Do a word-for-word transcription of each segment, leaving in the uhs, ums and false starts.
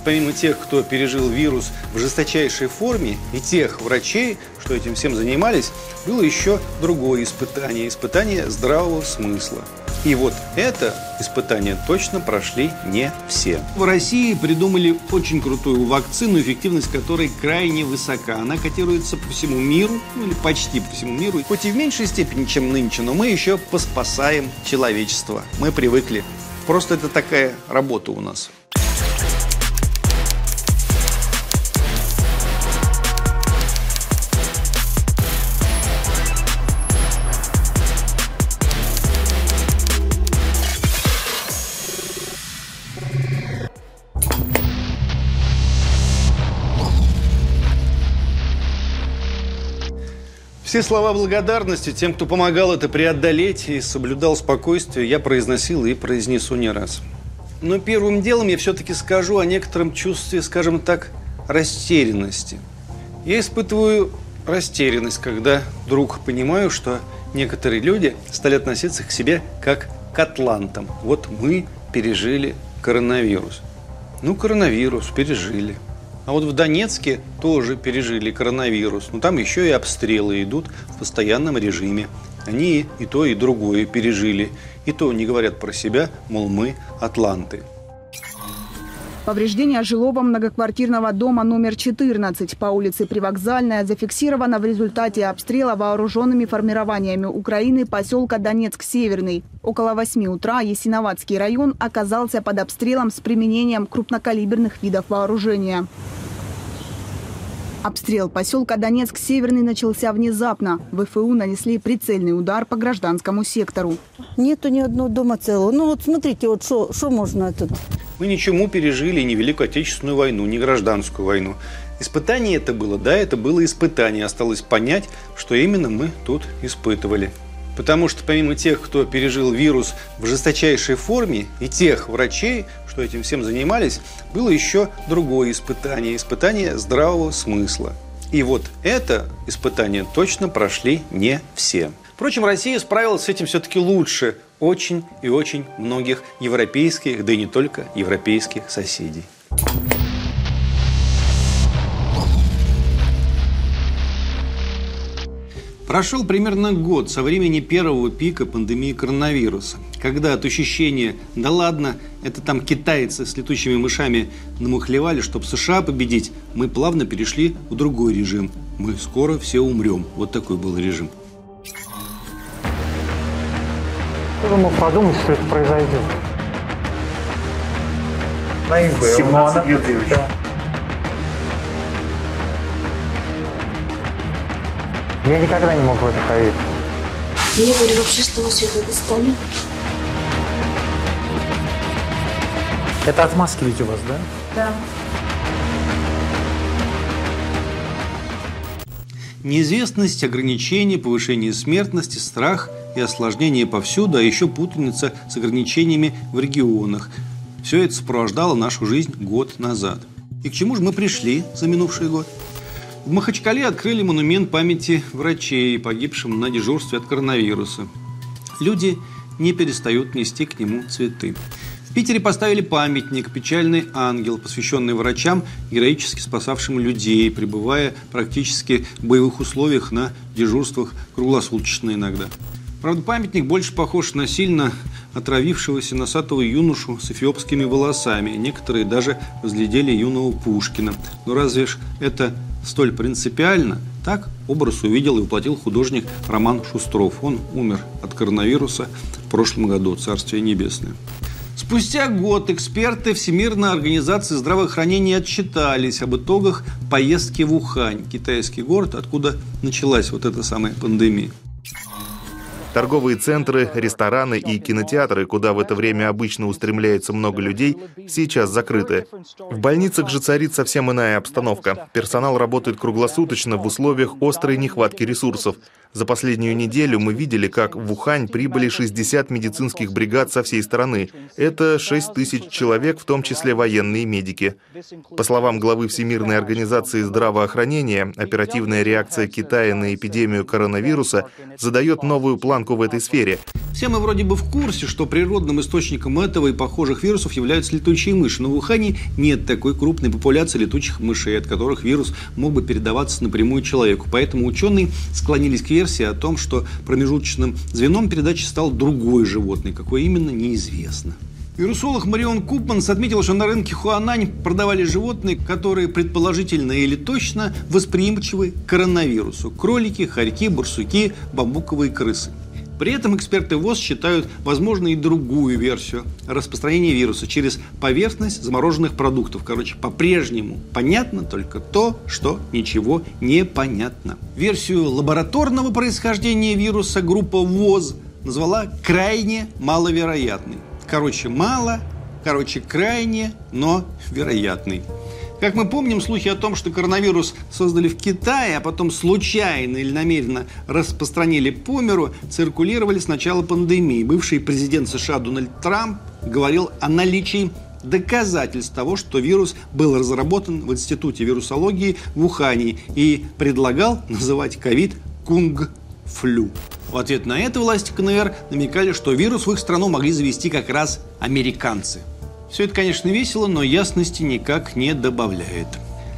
помимо тех, кто пережил вирус в жесточайшей форме, и тех врачей, что этим всем занимались, было еще другое испытание – испытание здравого смысла. И вот это испытание точно прошли не все. В России придумали очень крутую вакцину, эффективность которой крайне высока. Она котируется по всему миру, ну или почти по всему миру. Хоть и в меньшей степени, чем нынче, но мы еще поспасаем человечество. Мы привыкли. Просто это такая работа у нас. Все слова благодарности тем, кто помогал это преодолеть и соблюдал спокойствие, я произносил и произнесу не раз. Но первым делом я все-таки скажу о некотором чувстве, скажем так, растерянности. Я испытываю растерянность, когда вдруг понимаю, что некоторые люди стали относиться к себе как к атлантам. Вот мы пережили коронавирус. Ну, коронавирус пережили. А вот в Донецке тоже пережили коронавирус. Но там еще и обстрелы идут в постоянном режиме. Они и то, и другое пережили. И то не говорят про себя, мол, мы атланты. Повреждение жилого многоквартирного дома номер четырнадцать по улице Привокзальная зафиксировано в результате обстрела вооруженными формированиями Украины поселка Донецк-Северный. Около восьми утра Ясиноватский район оказался под обстрелом с применением крупнокалиберных видов вооружения. Обстрел поселка Донецк-Северный начался внезапно. ВФУ нанесли прицельный удар по гражданскому сектору. Нету ни одного дома целого. Ну вот смотрите, вот что можно тут. Мы ничему пережили ни Великую Отечественную войну, ни гражданскую войну. Испытание это было, да, это было испытание. Осталось понять, что именно мы тут испытывали. Потому что помимо тех, кто пережил вирус в жесточайшей форме, и тех врачей, что этим всем занимались, было еще другое испытание – испытание здравого смысла. И вот это испытание точно прошли не все. Впрочем, Россия справилась с этим все-таки лучше очень и очень многих европейских, да и не только европейских соседей. Прошел примерно год со времени первого пика пандемии коронавируса, когда от ощущения «да ладно, это там китайцы с летучими мышами намухлевали, чтобы США победить», мы плавно перешли в другой режим. Мы скоро все умрем. Вот такой был режим. Кто же мог подумать, что это произойдет? семнадцать Юрьевич. Да. Я никогда не мог в это поверить. Я говорю, вообще, что вы все это достали? Это отмазки ведь у вас, да? Да. Неизвестность, ограничения, повышение смертности, страх и осложнения повсюду, а еще путаница с ограничениями в регионах. Все это сопровождало нашу жизнь год назад. И к чему же мы пришли за минувший год? В Махачкале открыли монумент памяти врачей, погибшим на дежурстве от коронавируса. Люди не перестают нести к нему цветы. В Питере поставили памятник «Печальный ангел», посвященный врачам, героически спасавшим людей, пребывая практически в боевых условиях на дежурствах круглосуточно иногда. Правда, памятник больше похож на сильно отравившегося носатого юношу с эфиопскими волосами. Некоторые даже разглядели юного Пушкина. Но разве ж это столь принципиально? Так образ увидел и воплотил художник Роман Шустров. Он умер от коронавируса в прошлом году, Царствие Небесное. Спустя год эксперты Всемирной организации здравоохранения отчитались об итогах поездки в Ухань, китайский город, откуда началась вот эта самая пандемия. Торговые центры, рестораны и кинотеатры, куда в это время обычно устремляется много людей, сейчас закрыты. В больницах же царит совсем иная обстановка. Персонал работает круглосуточно в условиях острой нехватки ресурсов. За последнюю неделю мы видели, как в Ухань прибыли шестьдесят медицинских бригад со всей страны. Это шесть тысяч человек, в том числе военные и медики. По словам главы Всемирной организации здравоохранения, оперативная реакция Китая на эпидемию коронавируса задает новую планку оценку в этой сфере. Все мы вроде бы в курсе, что природным источником этого и похожих вирусов являются летучие мыши. Но в Ухане нет такой крупной популяции летучих мышей, от которых вирус мог бы передаваться напрямую человеку. Поэтому ученые склонились к версии о том, что промежуточным звеном передачи стал другой животный. Какой именно, неизвестно. Вирусолог Марион Купманс отметил, что на рынке Хуанань продавали животные, которые предположительно или точно восприимчивы к коронавирусу. Кролики, хорьки, барсуки, бамбуковые крысы. При этом эксперты ВОЗ считают возможной и другую версию распространения вируса через поверхность замороженных продуктов. Короче, по-прежнему понятно только то, что ничего не понятно. Версию лабораторного происхождения вируса группа ВОЗ назвала крайне маловероятной. Короче, мало, короче, крайне, но вероятный. Как мы помним, слухи о том, что коронавирус создали в Китае, а потом случайно или намеренно распространили по миру, циркулировали с начала пандемии. Бывший президент США Дональд Трамп говорил о наличии доказательств того, что вирус был разработан в Институте вирусологии в Ухане и предлагал называть ковид кунг-флю. В ответ на это власти КНР намекали, что вирус в их страну могли завести как раз американцы. Все это, конечно, весело, но ясности никак не добавляет.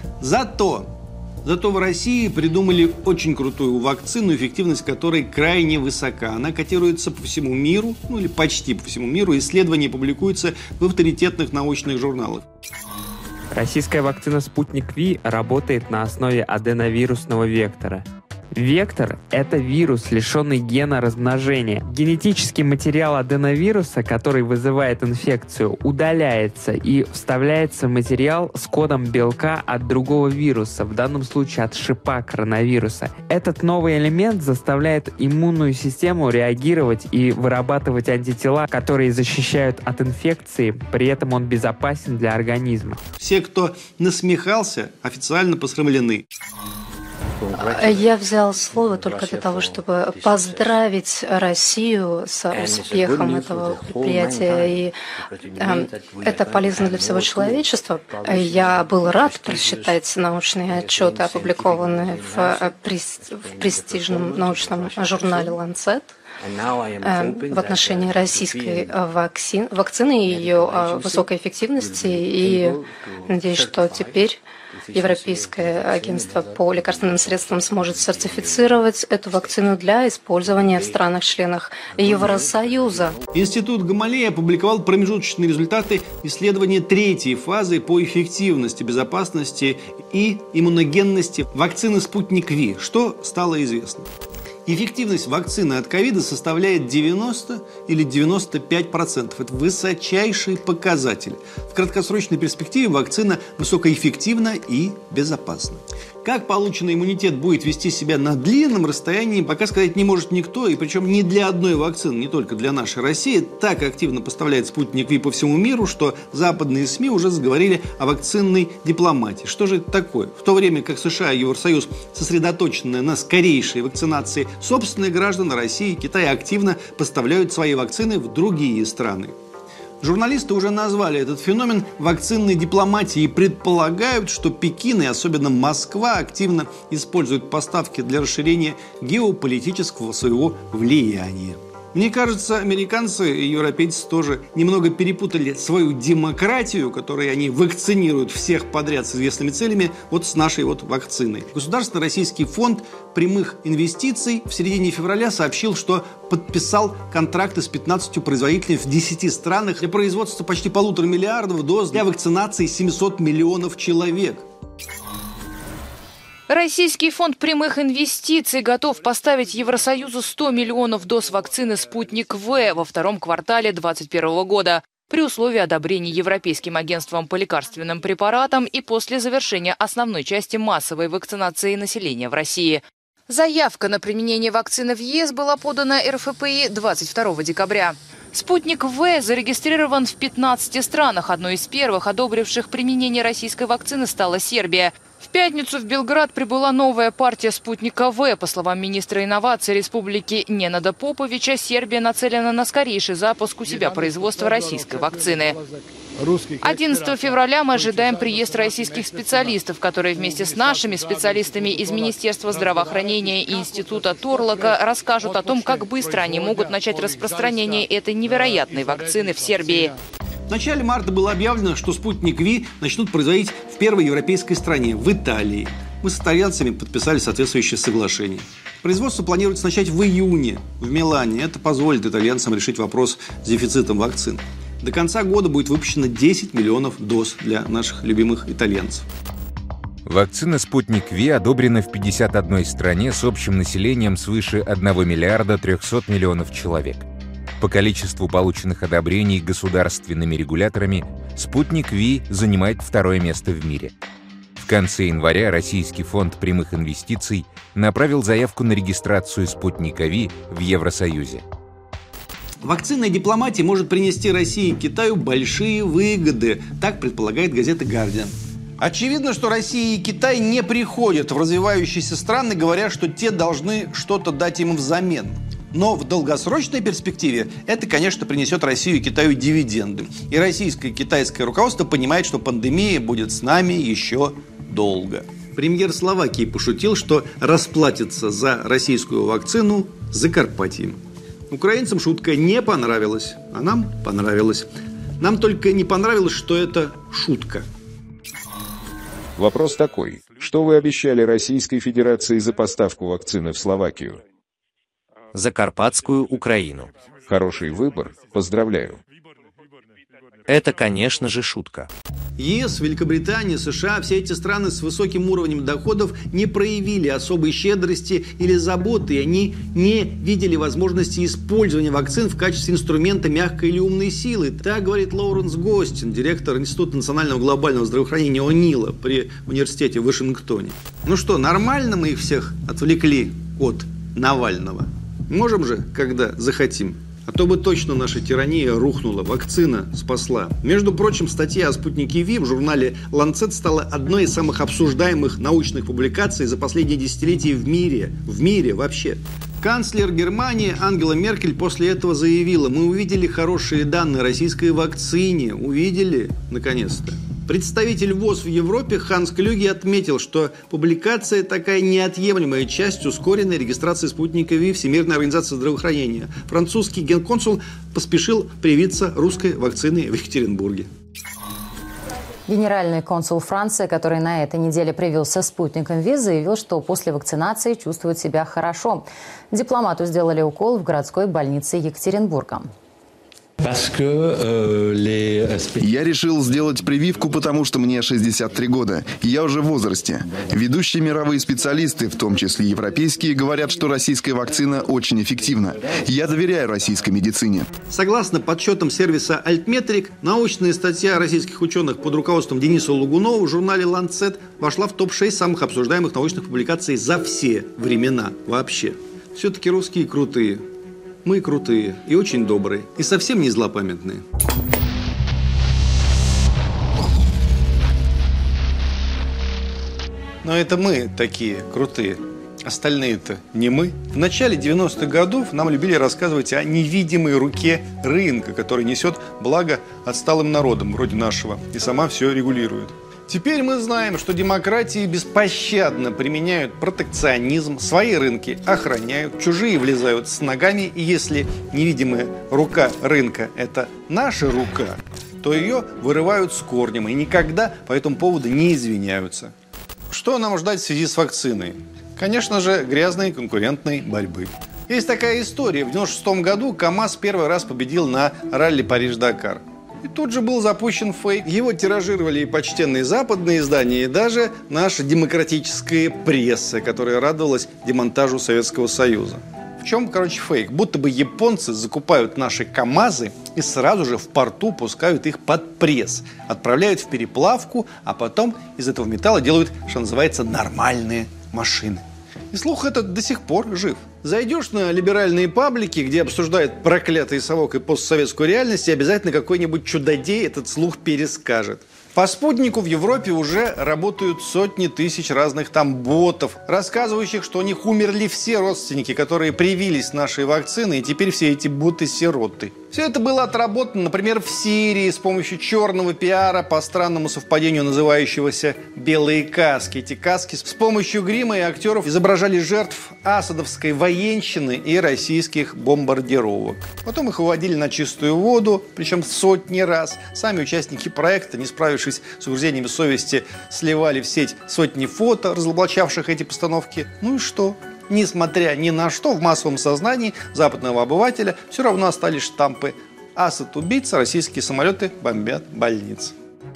Зато, зато в России придумали очень крутую вакцину, эффективность которой крайне высока. Она котируется по всему миру, ну или почти по всему миру. Исследования публикуются в авторитетных научных журналах. Российская вакцина «Спутник Ви» работает на основе аденовирусного вектора. Вектор – это вирус, лишенный гена размножения. Генетический материал аденовируса, который вызывает инфекцию, удаляется и вставляется в материал с кодом белка от другого вируса, в данном случае от шипа коронавируса. Этот новый элемент заставляет иммунную систему реагировать и вырабатывать антитела, которые защищают от инфекции, при этом он безопасен для организма. Все, кто насмехался, официально посрамлены. Я взял слово только для того, чтобы поздравить Россию с успехом этого предприятия. И э, это полезно для всего человечества. Я был рад прочитать научные отчеты, опубликованные в, в престижном научном журнале «Ланцет». В отношении российской вакцины, вакцины и ее высокой эффективности. И надеюсь, что теперь Европейское агентство по лекарственным средствам сможет сертифицировать эту вакцину для использования в странах-членах Евросоюза. Институт Гамалеи опубликовал промежуточные результаты исследования третьей фазы по эффективности, безопасности и иммуногенности вакцины «Спутник Ви». Что стало известно? Эффективность вакцины от ковида составляет девяносто или девяносто пять процентов. Это высочайший показатель. В краткосрочной перспективе вакцина высокоэффективна и безопасна. Как полученный иммунитет будет вести себя на длинном расстоянии, пока сказать не может никто, и причем не для одной вакцины, не только для нашей России. Так активно поставляет «Спутник Ви» по всему миру, что западные СМИ уже заговорили о вакцинной дипломатии. Что же это такое? В то время как США и Евросоюз сосредоточены на скорейшей вакцинации собственных граждан, России и Китай активно поставляют свои вакцины в другие страны. Журналисты уже назвали этот феномен вакцинной дипломатией и предполагают, что Пекин и особенно Москва активно используют поставки для расширения геополитического своего влияния. Мне кажется, американцы и европейцы тоже немного перепутали свою демократию, которой они вакцинируют всех подряд с известными целями, вот с нашей вот вакциной. Государственный российский фонд прямых инвестиций в середине февраля сообщил, что подписал контракты с пятнадцатью производителями в десяти странах для производства почти полутора миллиардов доз для вакцинации семисот миллионов человек. Российский фонд прямых инвестиций готов поставить Евросоюзу сто миллионов доз вакцины «Спутник В» во втором квартале две тысячи двадцать первого года при условии одобрения Европейским агентством по лекарственным препаратам и после завершения основной части массовой вакцинации населения в России. Заявка на применение вакцины в ЕС была подана эр эф пэ и двадцать второго декабря. «Спутник В» зарегистрирован в пятнадцати странах. Одной из первых, одобривших применение российской вакцины, стала Сербия. В пятницу в Белград прибыла новая партия «Спутника В». По словам министра инноваций Республики Ненада Поповича, Сербия нацелена на скорейший запуск у себя производства российской вакцины. одиннадцатого февраля мы ожидаем приезд российских специалистов, которые вместе с нашими специалистами из Министерства здравоохранения и Института Торлока расскажут о том, как быстро они могут начать распространение этой невероятной вакцины в Сербии. В начале марта было объявлено, что «Спутник Ви» начнут производить в первой европейской стране, в Италии. Мы с итальянцами подписали соответствующее соглашение. Производство планируется начать в июне в Милане. Это позволит итальянцам решить вопрос с дефицитом вакцин. До конца года будет выпущено десять миллионов доз для наших любимых итальянцев. Вакцина «Спутник Ви» одобрена в пятьдесят одной стране с общим населением свыше одного миллиарда трехсот миллионов человек. По количеству полученных одобрений государственными регуляторами «Спутник Ви» занимает второе место в мире. В конце января Российский фонд прямых инвестиций направил заявку на регистрацию «Спутника Ви» в Евросоюзе. Вакцинная дипломатия может принести России и Китаю большие выгоды, так предполагает газета «Гардиан». Очевидно, что Россия и Китай не приходят в развивающиеся страны, говоря, что те должны что-то дать им взамен. Но в долгосрочной перспективе это, конечно, принесет России и Китаю дивиденды. И российское и китайское руководство понимает, что пандемия будет с нами еще долго. Премьер Словакии пошутил, что расплатится за российскую вакцину Закарпатьем. Украинцам шутка не понравилась, а нам понравилась. Нам только не понравилось, что это шутка. Вопрос такой. Что вы обещали Российской Федерации за поставку вакцины в Словакию? Закарпатскую Украину. Хороший выбор. Поздравляю. Это, конечно же, шутка. ЕС, Великобритания, США, все эти страны с высоким уровнем доходов не проявили особой щедрости или заботы, и они не видели возможности использования вакцин в качестве инструмента мягкой или умной силы. Так говорит Лоуренс Гостин, директор Института национального глобального здравоохранения ОНИЛа при университете в Вашингтоне. Ну что, нормально мы их всех отвлекли от Навального? Можем же, когда захотим. А то бы точно наша тирания рухнула, вакцина спасла. Между прочим, статья о «Спутнике Ви» в журнале «Ланцет» стала одной из самых обсуждаемых научных публикаций за последние десятилетия в мире. В мире вообще. Канцлер Германии Ангела Меркель после этого заявила: мы увидели хорошие данные о российской вакцине. Увидели, наконец-то. Представитель ВОЗ в Европе Ханс Клюге отметил, что публикация такая неотъемлемая часть ускоренной регистрации «Спутника Ви» Всемирной организации здравоохранения. Французский генконсул поспешил привиться русской вакциной в Екатеринбурге. Генеральный консул Франции, который на этой неделе привился спутником Ви, заявил, что после вакцинации чувствует себя хорошо. Дипломату сделали укол в городской больнице Екатеринбурга. Я решил сделать прививку, потому что мне шестьдесят три года. Я уже в возрасте. Ведущие мировые специалисты, в том числе европейские, говорят, что российская вакцина очень эффективна. Я доверяю российской медицине. Согласно подсчетам сервиса Альтметрик, научная статья российских ученых под руководством Дениса Лугунова в журнале «Ланцет» вошла в топ шесть самых обсуждаемых научных публикаций за все времена вообще. Все-таки русские крутые. Мы крутые и очень добрые, и совсем не злопамятные. Но это мы такие крутые. Остальные-то не мы. В начале девяностых годов нам любили рассказывать о невидимой руке рынка, который несет благо отсталым народам, вроде нашего, и сама все регулирует. Теперь мы знаем, что демократии беспощадно применяют протекционизм, свои рынки охраняют, чужие влезают с ногами, и если невидимая рука рынка – это наша рука, то ее вырывают с корнем и никогда по этому поводу не извиняются. Что нам ждать в связи с вакциной? Конечно же, грязной конкурентной борьбы. Есть такая история. В девяносто шестом году КамАЗ первый раз победил на ралли Париж-Дакар. И тут же был запущен фейк. Его тиражировали и почтенные западные издания, и даже наша демократическая пресса, которая радовалась демонтажу Советского Союза. В чем, короче, фейк? Будто бы японцы закупают наши КамАЗы и сразу же в порту пускают их под пресс. Отправляют в переплавку, а потом из этого металла делают, что называется, нормальные машины. И слух этот до сих пор жив. Зайдешь на либеральные паблики, где обсуждают проклятый совок и постсоветскую реальность, и обязательно какой-нибудь чудодей этот слух перескажет. По спутнику в Европе уже работают сотни тысяч разных там ботов, рассказывающих, что у них умерли все родственники, которые привились нашей вакциной, и теперь все эти боты-сироты. Все это было отработано, например, в Сирии с помощью черного пиара, по странному совпадению называющегося «белые каски». Эти каски с помощью грима и актеров изображали жертв асадовской военщины и российских бомбардировок. Потом их выводили на чистую воду, причем сотни раз. Сами участники проекта, не справившись с угрызениями совести, сливали в сеть сотни фото, разоблачавших эти постановки. Ну и что? Несмотря ни на что, в массовом сознании западного обывателя все равно остались штампы: Асад-убийца, российские самолеты бомбят больницы.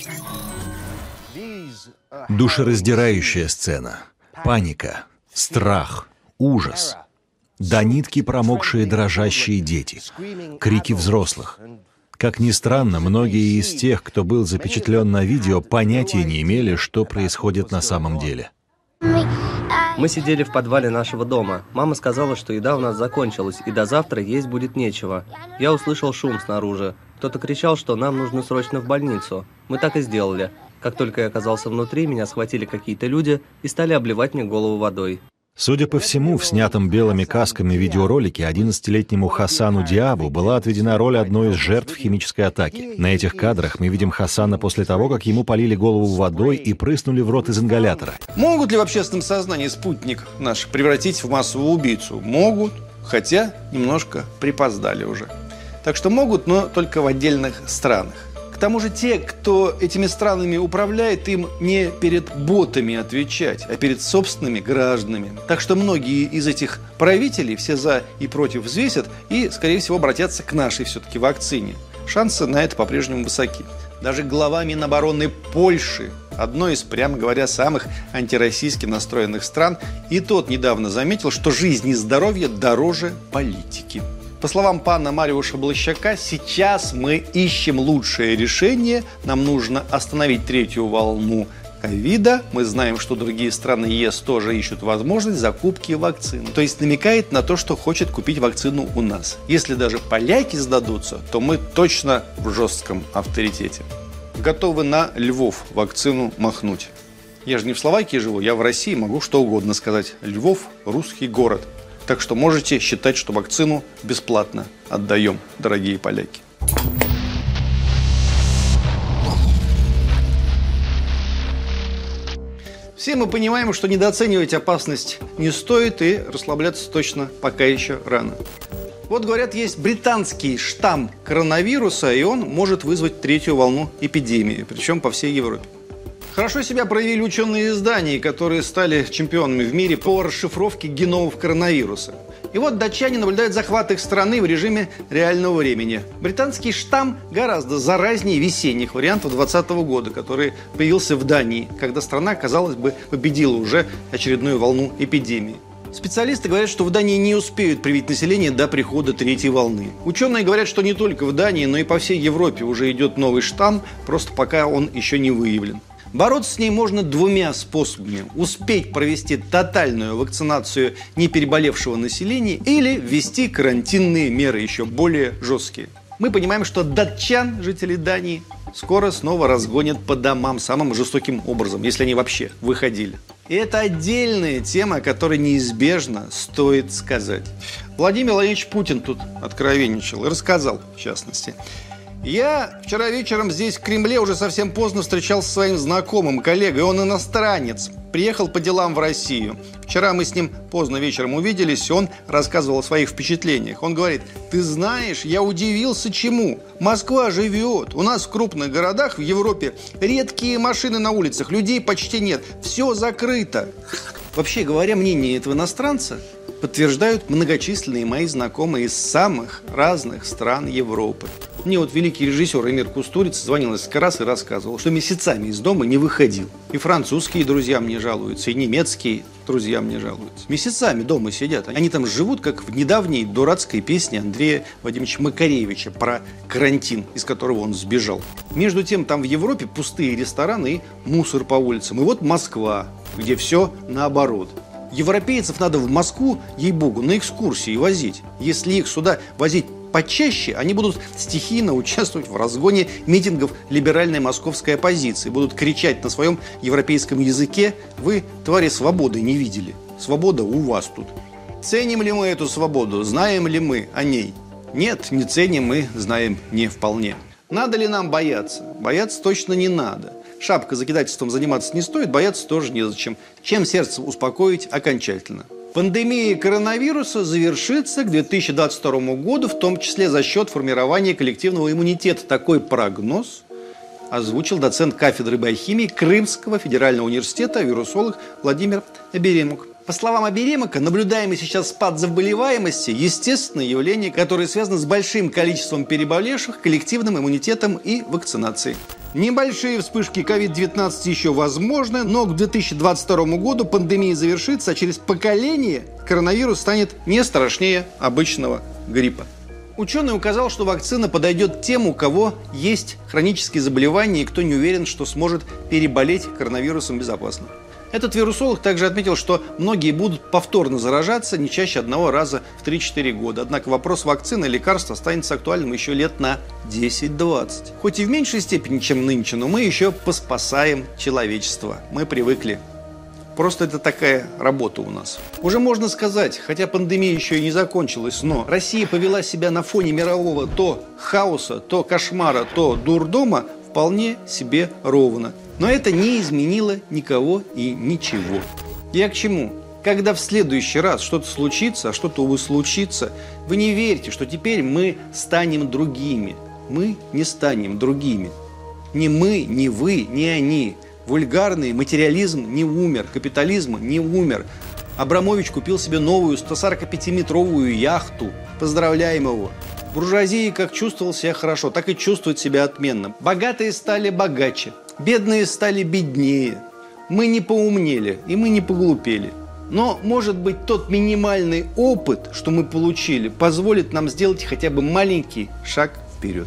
Душераздирающая сцена. Паника, страх, ужас. До нитки промокшие дрожащие дети. Крики взрослых. Как ни странно, многие из тех, кто был запечатлен на видео, понятия не имели, что происходит на самом деле. Мы сидели в подвале нашего дома. Мама сказала, что еда у нас закончилась, и до завтра есть будет нечего. Я услышал шум снаружи. Кто-то кричал, что нам нужно срочно в больницу. Мы так и сделали. Как только я оказался внутри, меня схватили какие-то люди и стали обливать мне голову водой. Судя по всему, в снятом белыми касками видеоролике одиннадцатилетнему Хасану Диабу была отведена роль одной из жертв химической атаки. На этих кадрах мы видим Хасана после того, как ему полили голову водой и прыснули в рот из ингалятора. Могут ли в общественном сознании спутник наш превратить в массового убийцу? Могут, хотя немножко припоздали уже. Так что могут, но только в отдельных странах. К тому же те, кто этими странами управляет, им не перед ботами отвечать, а перед собственными гражданами. Так что многие из этих правителей все за и против взвесят и, скорее всего, обратятся к нашей все-таки вакцине. Шансы на это по-прежнему высоки. Даже глава Минобороны Польши, одной из, прямо говоря, самых антироссийски настроенных стран, и тот недавно заметил, что жизнь и здоровье дороже политики. По словам пана Мариуша Блащака, сейчас мы ищем лучшее решение. Нам нужно остановить третью волну ковида. Мы знаем, что другие страны ЕС тоже ищут возможность закупки вакцины. То есть намекает на то, что хочет купить вакцину у нас. Если даже поляки сдадутся, то мы точно в жестком авторитете. Готовы на Львов вакцину махнуть. Я же не в Словакии живу, я в России, могу что угодно сказать. Львов – русский город. Так что можете считать, что вакцину бесплатно отдаем, дорогие поляки. Все мы понимаем, что недооценивать опасность не стоит, и расслабляться точно пока еще рано. Вот, говорят, есть британский штамм коронавируса, и он может вызвать третью волну эпидемии, причем по всей Европе. Хорошо себя проявили ученые из Дании, которые стали чемпионами в мире по расшифровке геномов коронавируса. И вот датчане наблюдают захват их страны в режиме реального времени. Британский штамм гораздо заразнее весенних вариантов двадцатого года, который появился в Дании, когда страна, казалось бы, победила уже очередную волну эпидемии. Специалисты говорят, что в Дании не успеют привить население до прихода третьей волны. Ученые говорят, что не только в Дании, но и по всей Европе уже идет новый штамм, просто пока он еще не выявлен. Бороться с ней можно двумя способами. Успеть провести тотальную вакцинацию непереболевшего населения или ввести карантинные меры еще более жесткие. Мы понимаем, что датчан, жителей Дании, скоро снова разгонят по домам самым жестоким образом, если они вообще выходили. И это отдельная тема, о которой неизбежно стоит сказать. Владимир Владимирович Путин тут откровенничал и рассказал, в частности. Я вчера вечером здесь, в Кремле, уже совсем поздно встречался со своим знакомым, коллегой. Он иностранец, приехал по делам в Россию. Вчера мы с ним поздно вечером увиделись, и он рассказывал о своих впечатлениях. Он говорит: ты знаешь, я удивился чему. Москва живет. У нас в крупных городах в Европе редкие машины на улицах, людей почти нет. Все закрыто. Вообще говоря, мнение этого иностранца подтверждают многочисленные мои знакомые из самых разных стран Европы. Мне вот великий режиссер Эмир Кустурица звонил несколько раз и рассказывал, что месяцами из дома не выходил. И французские друзья мне жалуются, и немецкие друзья мне жалуются. Месяцами дома сидят. Они там живут, как в недавней дурацкой песне Андрея Вадимовича Макаревича про карантин, из которого он сбежал. Между тем, там в Европе пустые рестораны и мусор по улицам. И вот Москва, где все наоборот. Европейцев надо в Москву, ей-богу, на экскурсии возить. Если их сюда возить почаще, они будут стихийно участвовать в разгоне митингов либеральной московской оппозиции. Будут кричать на своем европейском языке: вы, твари, свободы не видели. Свобода у вас тут. Ценим ли мы эту свободу? Знаем ли мы о ней? Нет, не ценим, мы знаем не вполне. Надо ли нам бояться? Бояться точно не надо. Шапка закидательством заниматься не стоит, бояться тоже незачем. Чем сердце успокоить окончательно. Пандемия коронавируса завершится к две тысячи двадцать второму году, в том числе за счет формирования коллективного иммунитета. Такой прогноз озвучил доцент кафедры биохимии Крымского федерального университета, вирусолог Владимир Аберемук. По словам Аберемука, наблюдаемый сейчас спад заболеваемости – естественное явление, которое связано с большим количеством переболевших, коллективным иммунитетом и вакцинацией. Небольшие вспышки ковид девятнадцать еще возможны, но к две тысячи двадцать второму году пандемия завершится, а через поколение коронавирус станет не страшнее обычного гриппа. Ученый указал, что вакцина подойдет тем, у кого есть хронические заболевания и кто не уверен, что сможет переболеть коронавирусом безопасно. Этот вирусолог также отметил, что многие будут повторно заражаться не чаще одного раза в три-четыре года. Однако вопрос вакцины и лекарств останется актуальным еще лет на десять-двадцать. Хоть и в меньшей степени, чем нынче, но мы еще поспасаем человечество. Мы привыкли. Просто это такая работа у нас. Уже можно сказать, хотя пандемия еще и не закончилась, но Россия повела себя на фоне мирового то хаоса, то кошмара, то дурдома вполне себе ровно. Но это не изменило никого и ничего. Я к чему? Когда в следующий раз что-то случится, а что-то, увы, случится, вы не верьте, что теперь мы станем другими. Мы не станем другими. Ни мы, ни вы, ни они. Вульгарный материализм не умер, капитализм не умер. Абрамович купил себе новую сто-сорокапятиметровую яхту. Поздравляем его. Буржуазия как чувствовал себя хорошо, так и чувствует себя отменно. Богатые стали богаче, бедные стали беднее. Мы не поумнели и мы не поглупели. Но, может быть, тот минимальный опыт, что мы получили, позволит нам сделать хотя бы маленький шаг вперед.